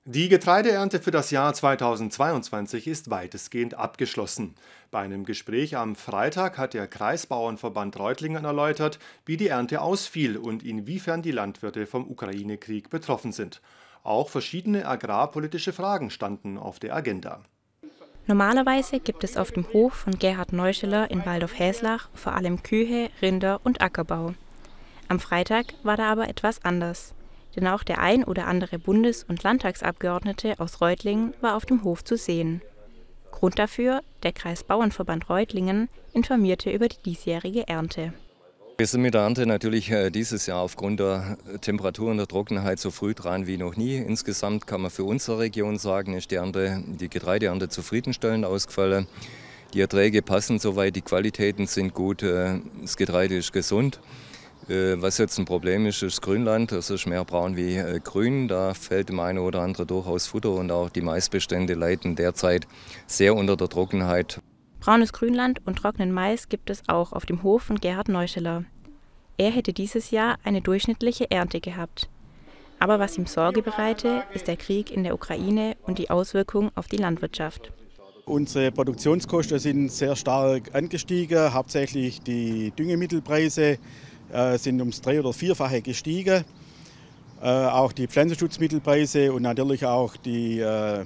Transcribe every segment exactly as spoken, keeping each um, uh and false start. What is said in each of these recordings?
Die Getreideernte für das Jahr zweitausendzweiundzwanzig ist weitestgehend abgeschlossen. Bei einem Gespräch am Freitag hat der Kreisbauernverband Reutlingen erläutert, wie die Ernte ausfiel und inwiefern die Landwirte vom Ukraine-Krieg betroffen sind. Auch verschiedene agrarpolitische Fragen standen auf der Agenda. Normalerweise gibt es auf dem Hof von Gerhard Neuscheler in Waldorf-Häslach vor allem Kühe, Rinder und Ackerbau. Am Freitag war da aber etwas anders. Denn auch der ein oder andere Bundes- und Landtagsabgeordnete aus Reutlingen war auf dem Hof zu sehen. Grund dafür: der Kreisbauernverband Reutlingen informierte über die diesjährige Ernte. Wir sind mit der Ernte natürlich dieses Jahr aufgrund der Temperatur und der Trockenheit so früh dran wie noch nie. Insgesamt kann man für unsere Region sagen, ist die Ernte, die Getreideernte zufriedenstellend ausgefallen. Die Erträge passen soweit, die Qualitäten sind gut, das Getreide ist gesund. Was jetzt ein Problem ist, ist das Grünland. Das ist mehr braun wie grün. Da fällt dem einen oder anderen durchaus Futter und auch die Maisbestände leiden derzeit sehr unter der Trockenheit. Braunes Grünland und trockenen Mais gibt es auch auf dem Hof von Gerhard Neuscheler. Er hätte dieses Jahr eine durchschnittliche Ernte gehabt. Aber was ihm Sorge bereite, ist der Krieg in der Ukraine und die Auswirkungen auf die Landwirtschaft. Unsere Produktionskosten sind sehr stark angestiegen, hauptsächlich die Düngemittelpreise sind ums drei- oder vierfache gestiegen. Äh, auch die Pflanzenschutzmittelpreise und natürlich auch die äh,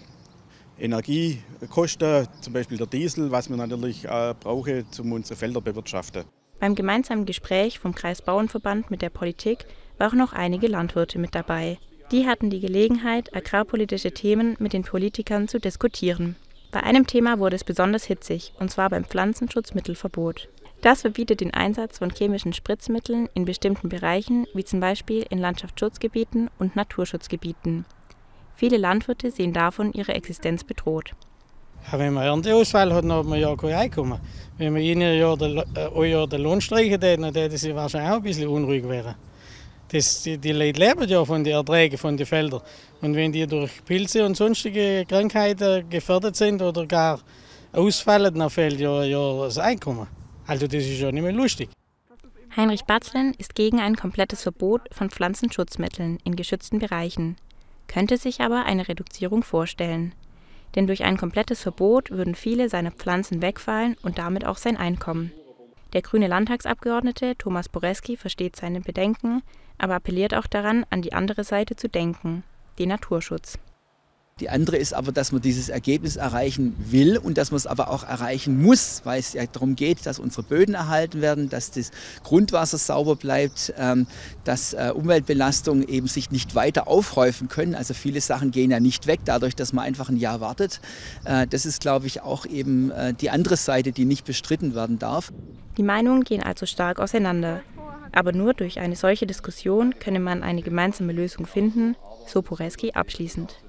Energiekosten, zum Beispiel der Diesel, was wir natürlich äh, brauchen, um unsere Felder zu bewirtschaften. Beim gemeinsamen Gespräch vom Kreisbauernverband mit der Politik waren noch einige Landwirte mit dabei. Die hatten die Gelegenheit, agrarpolitische Themen mit den Politikern zu diskutieren. Bei einem Thema wurde es besonders hitzig, und zwar beim Pflanzenschutzmittelverbot. Das verbietet den Einsatz von chemischen Spritzmitteln in bestimmten Bereichen, wie zum Beispiel in Landschaftsschutzgebieten und Naturschutzgebieten. Viele Landwirte sehen davon ihre Existenz bedroht. Ja, wenn man Ernteausfall hat, dann hat man ja kein Einkommen. Wenn man ihnen ja den, äh, ja den Lohn streichen würde, dann würde sie wahrscheinlich auch ein bisschen unruhig werden. Das, die, die Leute leben ja von den Erträgen von den Feldern. Und wenn die durch Pilze und sonstige Krankheiten gefährdet sind oder gar ausfallen, dann fehlt ja, ja das Einkommen. Also das ist ja nicht mehr lustig. Heinrich Batzlen ist gegen ein komplettes Verbot von Pflanzenschutzmitteln in geschützten Bereichen, könnte sich aber eine Reduzierung vorstellen. Denn durch ein komplettes Verbot würden viele seiner Pflanzen wegfallen und damit auch sein Einkommen. Der grüne Landtagsabgeordnete Thomas Boreski versteht seine Bedenken, aber appelliert auch daran, an die andere Seite zu denken, den Naturschutz. Die andere ist aber, dass man dieses Ergebnis erreichen will und dass man es aber auch erreichen muss, weil es ja darum geht, dass unsere Böden erhalten werden, dass das Grundwasser sauber bleibt, dass Umweltbelastungen eben sich nicht weiter aufhäufen können. Also viele Sachen gehen ja nicht weg, dadurch, dass man einfach ein Jahr wartet. Das ist, glaube ich, auch eben die andere Seite, die nicht bestritten werden darf. Die Meinungen gehen also stark auseinander. Aber nur durch eine solche Diskussion könne man eine gemeinsame Lösung finden, so Boreski abschließend.